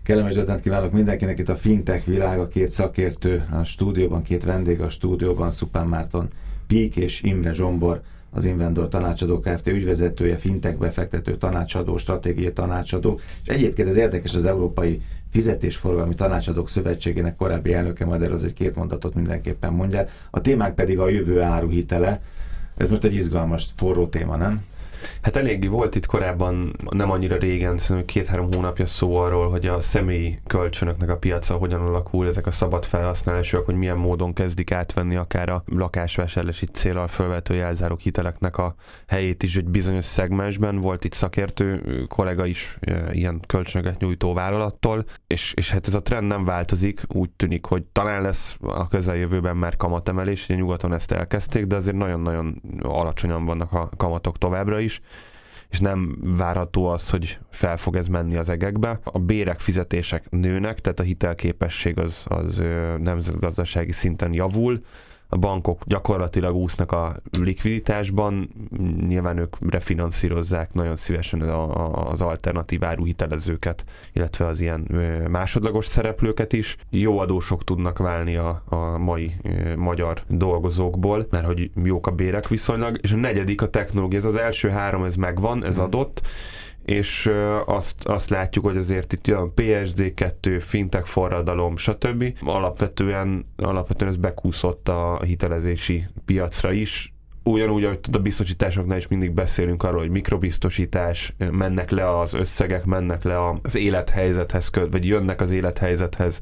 Kellemes délután kívánok mindenkinek, itt a Fintech világa, két szakértő a stúdióban, két vendég a stúdióban, Szupán Márton Pík és Imre Zsombor, az Invendor Tanácsadó Kft. Ügyvezetője, fintech befektető tanácsadó, stratégiai tanácsadó, és egyébként ez érdekes, az Európai Fizetésforgalmi Tanácsadók Szövetségének korábbi elnöke, majd erről két mondatot mindenképpen mondjál. A témánk pedig a jövő áruhitele. Ez most egy izgalmas, forró téma, nem? Hát eléggé volt itt korábban, nem annyira régen, szerintem 2-3 hónapja szó arról, hogy a személyi kölcsönöknek a piaca hogyan alakul, ezek a szabad felhasználások, hogy milyen módon kezdik átvenni akár a lakásvásárlási céllal felvehető jelzálók hiteleknek a helyét is egy bizonyos szegmensben. Volt itt szakértő kollega is ilyen kölcsönöket nyújtó vállalattól, és hát ez a trend nem változik, úgy tűnik, hogy talán lesz a közeljövőben már kamatemelés, ugye nyugaton ezt elkezdték, de azért nagyon-nagyon alacsonyan vannak a kamatok továbbra is, és nem várható az, hogy fel fog ez menni az egekbe. A bérek, fizetések nőnek, tehát a hitelképesség az nemzetgazdasági szinten javul. A bankok gyakorlatilag úsznak a likviditásban, nyilván ők refinanszírozzák nagyon szívesen az alternatív áruhitelezőket, illetve az ilyen másodlagos szereplőket is. Jó adósok tudnak válni a mai magyar dolgozókból, mert hogy jók a bérek viszonylag, és a negyedik a technológia. Ez az első három, ez megvan, ez adott, és azt látjuk, hogy azért itt jön PSD2, fintech forradalom, stb. Alapvetően ez bekúszott a hitelezési piacra is. Ugyanúgy, ahogy a biztosításoknál is mindig beszélünk arról, hogy mikrobiztosítás, mennek le az összegek, mennek le az élethelyzethez, vagy jönnek az élethelyzethez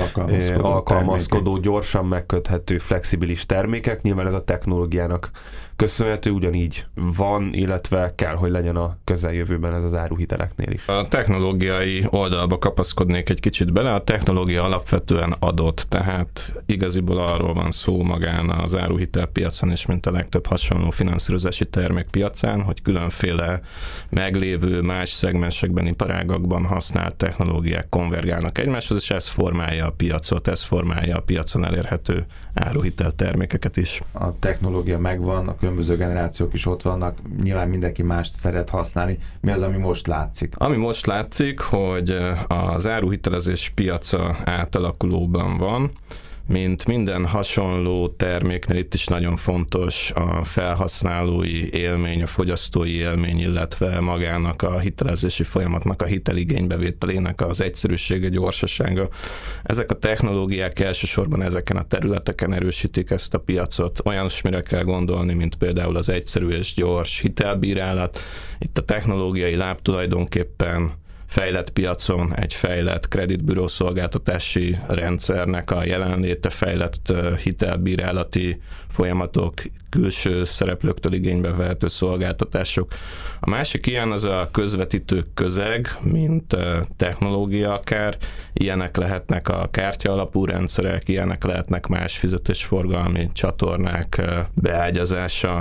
alkalmazkodó gyorsan megköthető, flexibilis termékek. Nyilván ez a technológiának köszönhető, ugyanígy van, illetve kell, hogy legyen a közeljövőben ez az áruhiteleknél is. A technológiai oldalba kapaszkodnék egy kicsit bele. A technológia alapvetően adott, tehát igaziból arról van szó magán az áruhitelpiacon is, mint a legtöbb hasonló finanszírozási termék piacán, hogy különféle meglévő más szegmensekben, iparágakban használt technológiák konvergálnak egymáshoz, és ez formálja a piacot, ez formálja a piacon elérhető áruhitel termékeket is. A technológia megvan, a különböző generációk is ott vannak, nyilván mindenki mást szeret használni. Mi az, ami most látszik? Ami most látszik, hogy az áruhitelezés piaca átalakulóban van, mint minden hasonló terméknél itt is nagyon fontos a felhasználói élmény, a fogyasztói élmény, illetve magának a hitelezési folyamatnak, a hiteligénybevételének az egyszerűsége, gyorsasága. Ezek a technológiák elsősorban ezeken a területeken erősítik ezt a piacot. Olyasmire kell gondolni, mint például az egyszerű és gyors hitelbírálat. Itt a technológiai láb tulajdonképpen fejlett piacon egy fejlett kreditbüró szolgáltatási rendszernek a jelenléte, fejlett hitelbírálati folyamatok, külső szereplőktől igénybe vehető szolgáltatások. A másik ilyen az a közvetítők közeg, mint technológia akár. Ilyenek lehetnek a kártya alapú rendszerek, ilyenek lehetnek más fizetésforgalmi csatornák beágyazása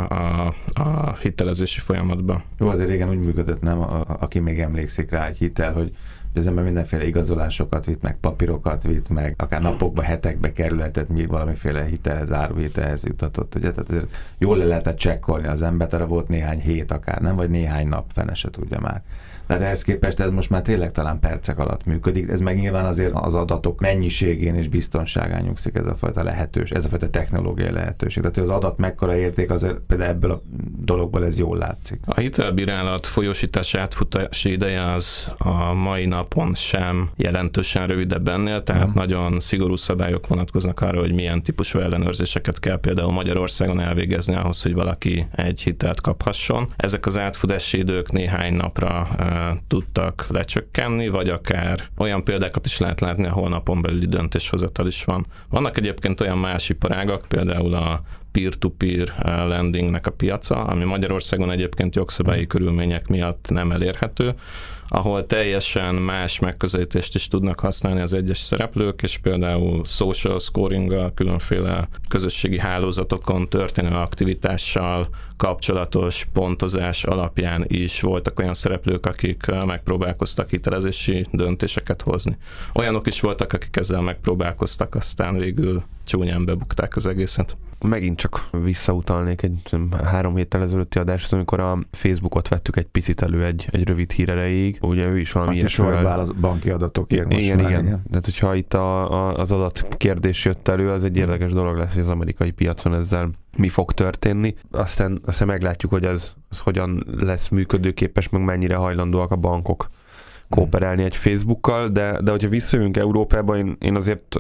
a hitelezési folyamatba. Jó, azért régen úgy működött, nem? Aki még emlékszik rá, egy hitel, hogy az ember mindenféle igazolásokat vitt meg, papírokat vitt meg, akár napokba, hetekbe kerülhetett, míg valamiféle hitelhez, áruhitelhez jutatott, ugye? Tehát azért jól le lehetett csekkolni az embert, erre volt néhány hét akár, nem? Vagy néhány nap, fene se tudja már. Tehát ehhez képest ez most már tényleg talán percek alatt működik. Ez meg nyilván azért az adatok mennyiségén és biztonságán nyugszik ez a fajta lehetőség, ez a fajta technológiai lehetőség. Tehát az adat mekkora érték, azért például ebből a dologból ez jól látszik. A hitelbírálat folyósítás átfutási ideje az a mai napon sem jelentősen rövidebb ennél, tehát nagyon szigorú szabályok vonatkoznak arra, hogy milyen típusú ellenőrzéseket kell például Magyarországon elvégezni ahhoz, hogy valaki egy hitelt kaphasson. Ezek az átfutási idők néhány napra tudtak lecsökkenni, vagy akár olyan példákat is lehet látni, ahol napon belüli döntéshozatal is van. Vannak egyébként olyan más iparágak, például a peer-to-peer lendingnek a piaca, ami Magyarországon egyébként jogszabályi körülmények miatt nem elérhető, ahol teljesen más megközelítést is tudnak használni az egyes szereplők, és például social scoring-gal, különféle közösségi hálózatokon történő aktivitással kapcsolatos pontozás alapján is voltak olyan szereplők, akik megpróbálkoztak hitelezési döntéseket hozni. Olyanok is voltak, akik ezzel megpróbálkoztak, aztán végül csúnyán bebukták az egészet. Megint csak visszautalnék egy 3 héttel ezelőtti adásra, amikor a Facebookot vettük egy picit elő egy rövid hír erejéig. Ugye ő is valami ilyesmivel. Az banki adatokért most igen. Tehát, hogyha itt az adatkérdés jött elő, az egy érdekes dolog lesz, hogy az amerikai piacon ezzel mi fog történni. Aztán meglátjuk, hogy ez hogyan lesz működőképes, meg mennyire hajlandóak a bankok kooperálni egy Facebookkal, de hogyha visszajövünk Európába, én azért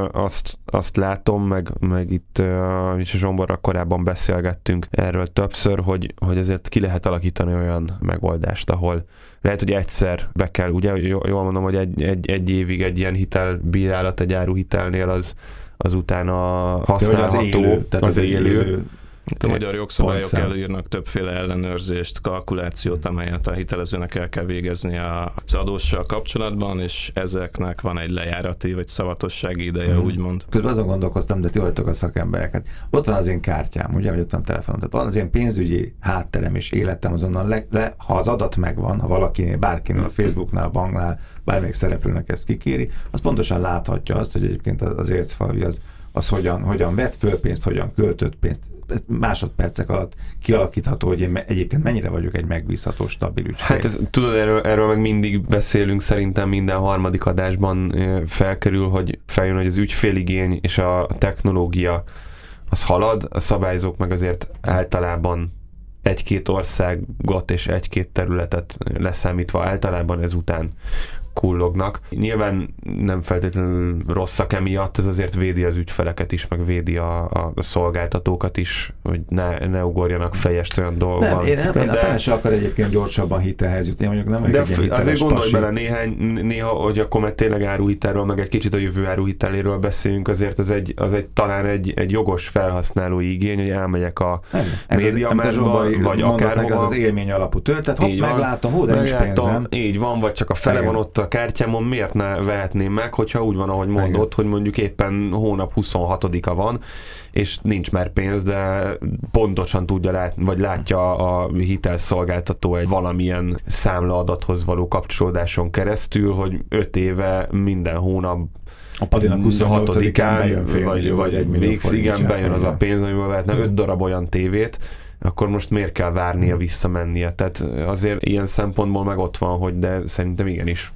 azt látom, meg itt is a Zsomborral korábban beszélgettünk erről többször, hogy azért ki lehet alakítani olyan megoldást, ahol lehet, hogy egyszer be kell, ugye jól mondom, hogy egy évig egy ilyen hitelbírálat egy áruhitelnél az utána használható, az élő. A magyar jogszabályok előírnak többféle ellenőrzést, kalkulációt, amelyet a hitelezőnek el kell végezni az adóssal kapcsolatban, és ezeknek van egy lejárati vagy szavatossági ideje, úgymond. Közben azon gondolkoztam, de ti vagytok a szakembereket. Ott van az én kártyám, ugye, vagy ott van a telefonom. Tehát van az én pénzügyi hátterem és életem azonnal ha az adat megvan, ha valakinél, bárkinél, a Facebooknál, a banknál, bármelyik szereplőnek ezt kikéri, az pontosan láthatja azt, hogy egyébként az ércfalvi az hogyan vett föl pénzt, hogyan költött pénzt. Másodpercek alatt kialakítható, hogy én egyébként mennyire vagyok egy megbízható, stabil ügyfél. Hát tudod, erről meg mindig beszélünk, szerintem minden harmadik adásban felkerül, hogy feljön, hogy az ügyféligény és a technológia az halad, a szabályzók meg azért általában egy-két országot és egy-két területet leszámítva általában ezután kullognak. Nyilván nem feltétlenül rosszak emiatt, ez azért védi az ügyfeleket is, meg védi a szolgáltatókat is, hogy ne ugorjanak fejest olyan dolgokban. Nem, a fene se akar egyébként gyorsabban hitelhez jutni, mondjuk nem de azért gondolj bele néha, hogy akkor már tényleg áruhitelről, meg egy kicsit a jövő áruhiteléről beszéljünk, azért az talán egy jogos felhasználói igény, hogy elmegyek a médiamárba, vagy akárhova. Ez az élmény alapú töltet, meglátom, de nincs pénzem. Így van, vagy csak a fele van ott a kártyámon, miért ne vehetném meg, hogyha úgy van, ahogy mondod, hogy mondjuk éppen hónap 26-a van, és nincs már pénz, de pontosan tudja vagy látja a hitelszolgáltató egy valamilyen számlaadathoz való kapcsolódáson keresztül, hogy 5 éve minden hónap a Padinak 26-án vagy egy millió forint, bejön az a pénz, amivel vehetne 5 darab olyan tévét, akkor most miért kell várnia, visszamennie? Tehát azért ilyen szempontból meg ott van, hogy de szerintem igenis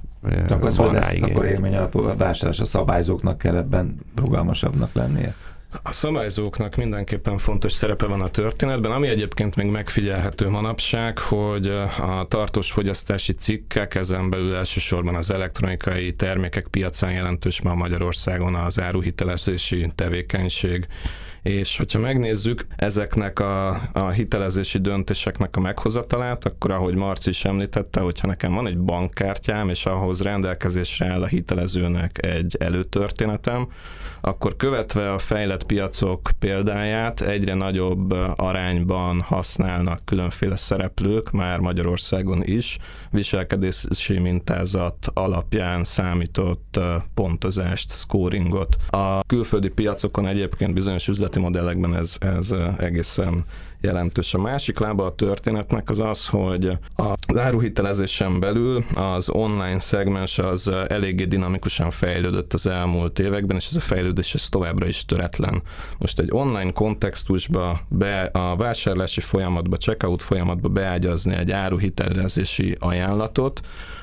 akkor élmény alapú vásárlás a szabályzóknak kell ebben rugalmasabbnak lennie? A szabályzóknak mindenképpen fontos szerepe van a történetben, ami egyébként még megfigyelhető manapság, hogy a tartós fogyasztási cikkek, ezen belül elsősorban az elektronikai termékek piacán jelentős ma Magyarországon az áruhitelezési tevékenység. És hogyha megnézzük ezeknek a hitelezési döntéseknek a meghozatalát, akkor ahogy Marci is említette, hogyha nekem van egy bankkártyám, és ahhoz rendelkezésre áll a hitelezőnek egy előtörténetem, akkor követve a fejlett piacok példáját egyre nagyobb arányban használnak különféle szereplők, már Magyarországon is, viselkedési mintázat alapján számított pontozást, scoringot. A külföldi piacokon egyébként bizonyos üzleti modellekben ez egészen jelentős. A másik lába a történetnek az az, hogy az áruhitelezésen belül az online szegmens az eléggé dinamikusan fejlődött az elmúlt években, és ez a fejlődés ez továbbra is töretlen. Most egy online kontextusba, a vásárlási folyamatba, checkout folyamatba beágyazni egy áruhitelezési ajánlatot,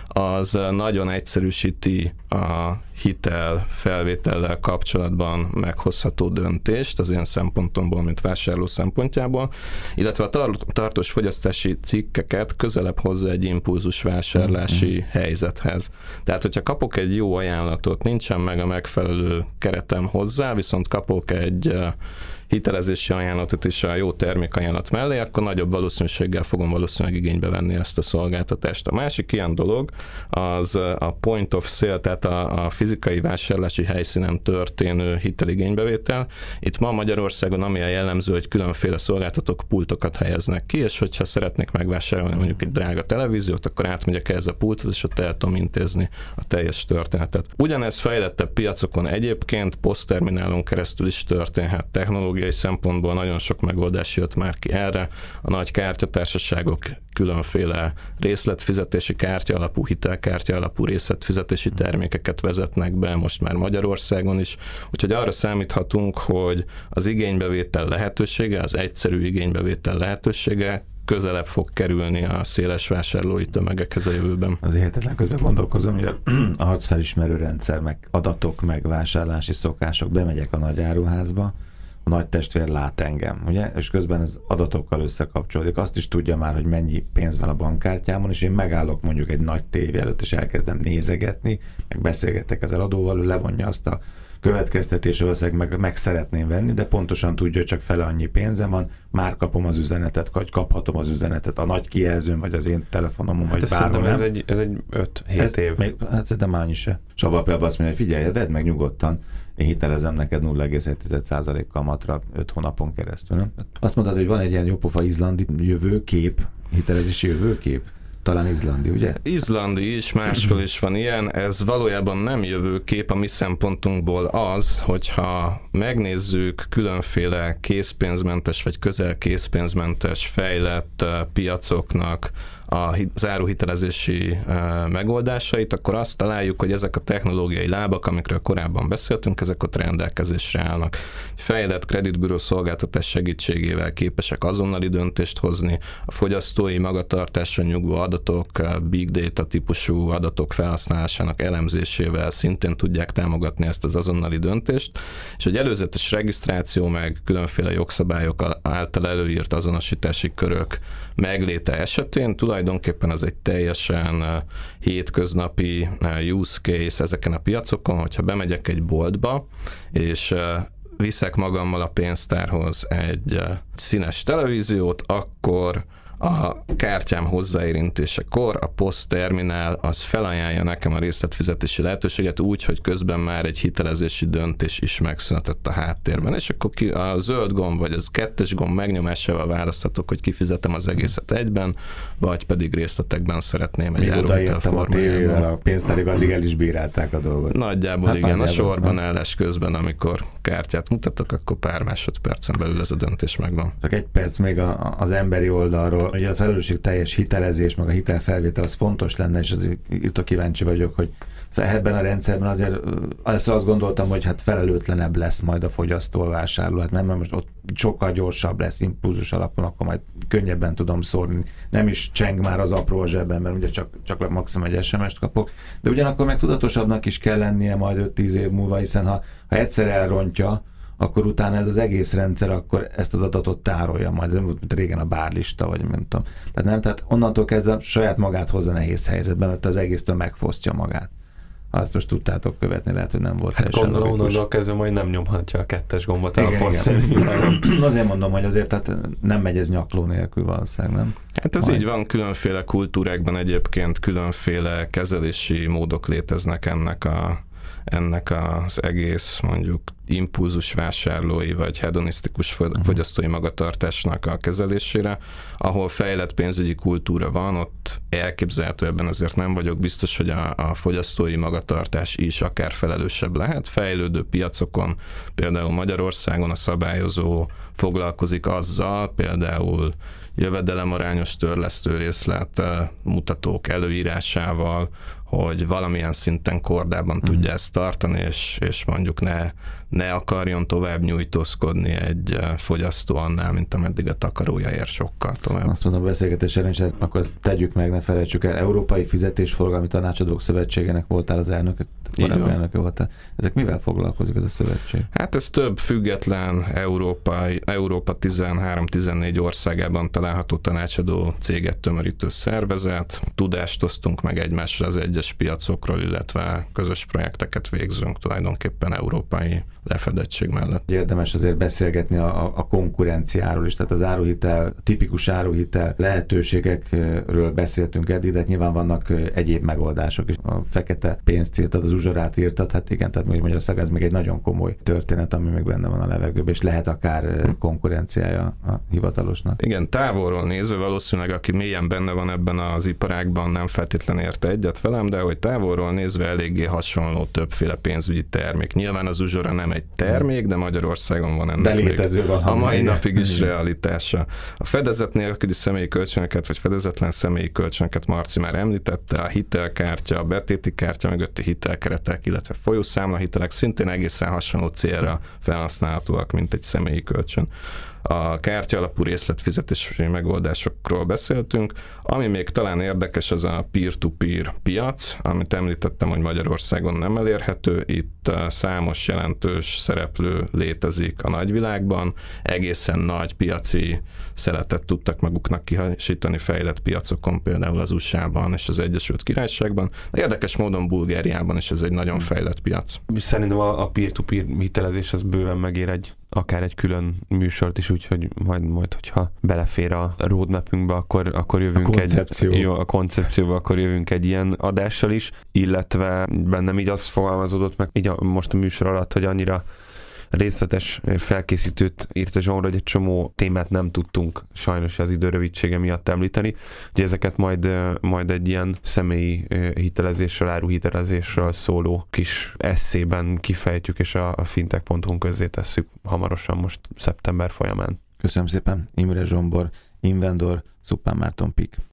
az nagyon egyszerűsíti a hitel felvétellel kapcsolatban meghozható döntést az én szempontomból, mint vásárló szempontjából, illetve a tartós fogyasztási cikkeket közelebb hozza egy impulzus vásárlási helyzethez. Tehát, hogyha kapok egy jó ajánlatot, nincsen meg a megfelelő keretem hozzá, viszont kapok egy hitelezési ajánlatot és a jó termékajánlat mellé, akkor nagyobb valószínűséggel fogom valószínűleg igénybe venni ezt a szolgáltatást. A másik ilyen dolog az a point of sale, tehát a fizikai vásárlási helyszínen történő hiteligénybevétel. Itt ma Magyarországon ami a jellemző, hogy különféle szolgáltatók pultokat helyeznek ki, és hogyha szeretnék megvásárolni mondjuk egy drága televíziót, akkor átmegyek ehhez a pulthoz, és ott el tudom intézni a teljes történetet. Ugyanez fejlettebb piacokon egyébként posztterminálon keresztül is történhet. Technológiai technológiai szempontból nagyon sok megoldás jött már ki erre. A nagy kártyatársaságok különféle részletfizetési kártya alapú, hitelkártya alapú részletfizetési termékeket vezetnek be, most már Magyarországon is. Úgyhogy arra számíthatunk, hogy az igénybevétel lehetősége, az egyszerű igénybevétel lehetősége közelebb fog kerülni a széles vásárlói tömegekhez a jövőben. Az hihetetlen közben gondolkozom, hogy a arcfelismerő rendszer, meg adatok, meg vásárlási szokások, bemegyek a nagy áruházba, a nagy testvér lát engem, ugye? És közben ez adatokkal összekapcsolódik. Azt is tudja már, hogy mennyi pénz van a bankkártyámon, és én megállok mondjuk egy nagy tévé előtt, és elkezdem nézegetni, meg beszélgetek az eladóval, ő levonja azt a következtetés, valószínűleg meg szeretném venni, de pontosan tudja, hogy csak fele annyi pénzem van, már kapom az üzenetet, vagy kaphatom az üzenetet a nagy kijelzőm, vagy az én telefonomon, vagy bárhol. Ez egy 5-7 év. Még, hát szerintem annyi se. Sabba például azt mondja, hogy figyelj, vedd meg nyugodtan, én hitelezem neked 0,7% kamatra 5 hónapon keresztül. Nem? Azt mondtad, hogy van egy ilyen jópofa izlandi jövőkép, hitelezési jövőkép? Talán izlandi, ugye? Izlandi is, máshol is van ilyen. Ez valójában nem jövőkép a mi szempontunkból az, hogyha megnézzük különféle készpénzmentes vagy közel készpénzmentes fejlett piacoknak az áruhitelezési megoldásait, akkor azt találjuk, hogy ezek a technológiai lábak, amikről korábban beszéltünk, ezek ott rendelkezésre állnak. Fejlett kreditbüró szolgáltatás segítségével képesek azonnali döntést hozni, a fogyasztói magatartáson nyugvó adatok, big data típusú adatok felhasználásának elemzésével szintén tudják támogatni ezt az azonnali döntést, és egy előzetes regisztráció meg különféle jogszabályok által előírt azonosítási körök megléte esetén tulajdonképpen az egy teljesen hétköznapi use case ezeken a piacokon, hogyha bemegyek egy boltba, és viszek magammal a pénztárhoz egy színes televíziót, akkor a kártyám hozzáérintésekor a posztterminál az felajánlja nekem a részletfizetési lehetőséget úgy, hogy közben már egy hitelezési döntés is megszületett a háttérben, és akkor a zöld gomb vagy az 2-es gomb megnyomásával választhatok, hogy kifizetem az egészet egyben, vagy pedig részletekben szeretném egy áruhitel formájában. A pénztárig addig el is bírálták a dolgot. Nagyjából hát igen, a sorban állás közben, amikor kártyát mutatok, akkor pár másodpercen belül ez a döntés megvan. Csak egy perc még az emberi oldalról. Ugye a felelősségteljes hitelezés, meg a hitelfelvétel az fontos lenne, és azért itt kíváncsi vagyok, hogy ebben a rendszerben azért azt gondoltam, hogy hát felelőtlenebb lesz majd a fogyasztó, a vásárló, hát nem, mert most ott sokkal gyorsabb lesz, impulzus alapon, akkor majd könnyebben tudom szórni. Nem is cseng már az apró a zsebben, mert ugye csak maximum egy SMS-t kapok, de ugyanakkor meg tudatosabbnak is kell lennie majd 5-10 év múlva, hiszen ha egyszer elrontja, akkor utána ez az egész rendszer akkor ezt az adatot tárolja majd, ez nem volt, mint régen a bárlista, vagy nem tudom. Tehát onnantól kezdve saját magát hozza nehéz helyzetben, mert az egésztől megfosztja magát. Azt most tudtátok követni, lehet, hogy nem volt teljesen logikus. Onnantól kezdve majd nem nyomhatja a 2-es gombot el a posztterminálon. Azért mondom, hogy azért tehát nem megy ez nyakló nélkül valószínűleg, nem? Hát ez így van, különféle kultúrákban egyébként különféle kezelési módok léteznek ennek az egész mondjuk impulzus vásárlói vagy hedonisztikus fogyasztói magatartásnak a kezelésére. Ahol fejlett pénzügyi kultúra van, ott elképzelhető, ebben azért nem vagyok biztos, hogy a fogyasztói magatartás is akár felelősebb lehet. Fejlődő piacokon, például Magyarországon a szabályozó foglalkozik azzal, például jövedelemarányos törlesztő részlet mutatók előírásával, hogy valamilyen szinten kordában tudja ezt tartani, és mondjuk ne akarjon tovább nyújtózkodni egy fogyasztó annál, mint ameddig a takarója ér sokkal tovább. Azt mondom, a beszélgetés ellencsét, akkor ezt tegyük meg, ne felejtsük el. Európai Fizetésforgalmi Tanácsadók Szövetségének voltál az elnöke, korábbi elnöke voltál. Ezek mivel foglalkozik ez a szövetség? Hát ez több független Európa 13-14 országában található tanácsadó céget tömörítő szervezet. Tudást osztunk meg egymásra az egyes piacokról, illetve közös projekteket végzünk tulajdonképpen európai lefedettség mellett. Érdemes azért beszélgetni a konkurenciáról is, tehát az áruhitel, tipikus áruhitel lehetőségekről beszéltünk eddig, de nyilván vannak egyéb megoldások is. A fekete pénzt írtad, az uzsorát írtad, hát igen, tehát Magyarország ez még egy nagyon komoly történet, ami még benne van a levegőben, és lehet akár konkurenciája a hivatalosnak. Igen, távolról nézve valószínűleg, aki mélyen benne van ebben az iparágban, nem feltétlenül érte egyet velem, nem, de hogy távolról nézve eléggé hasonló többféle pénzügyi termék. Nyilván az uzsora nem egy termék, de Magyarországon van ennek létező van, a mai napig is realitása. A fedezet nélküli személyi kölcsönöket, vagy fedezetlen személyi kölcsönöket Marci már említette, a hitelkártya, a betéti kártya mögötti hitelkeretek, illetve folyószámlahitelek szintén egészen hasonló célra felhasználhatóak, mint egy személyi kölcsön. A kártya alapú részletfizetési megoldásokról beszéltünk. Ami még talán érdekes, az a peer-to-peer piac, amit említettem, hogy Magyarországon nem elérhető. Itt számos jelentős szereplő létezik a nagyvilágban. Egészen nagy piaci szeletet tudtak maguknak kihasítani fejlett piacokon, például az USA-ban és az Egyesült Királyságban. De érdekes módon Bulgáriában is ez egy nagyon fejlett piac. Szerintem a peer-to-peer hitelezés az bőven megér akár egy külön műsort is, úgyhogy majd hogyha belefér a roadmapünkbe, akkor jövünk a koncepcióba, akkor jövünk egy ilyen adással is, illetve bennem így azt fogalmazódott meg így most a műsor alatt, hogy annyira részletes felkészítőt írt a Zsomor, hogy egy csomó témát nem tudtunk sajnos az idő rövidsége miatt említeni. Ugye ezeket majd egy ilyen személyi hitelezésről, áruhitelezésről szóló kis esszében kifejtjük, és a fintech.hu-n közzé tesszük hamarosan most szeptember folyamán. Köszönöm szépen, Imre Zsombor, Invendor, Szupán Márton Pik.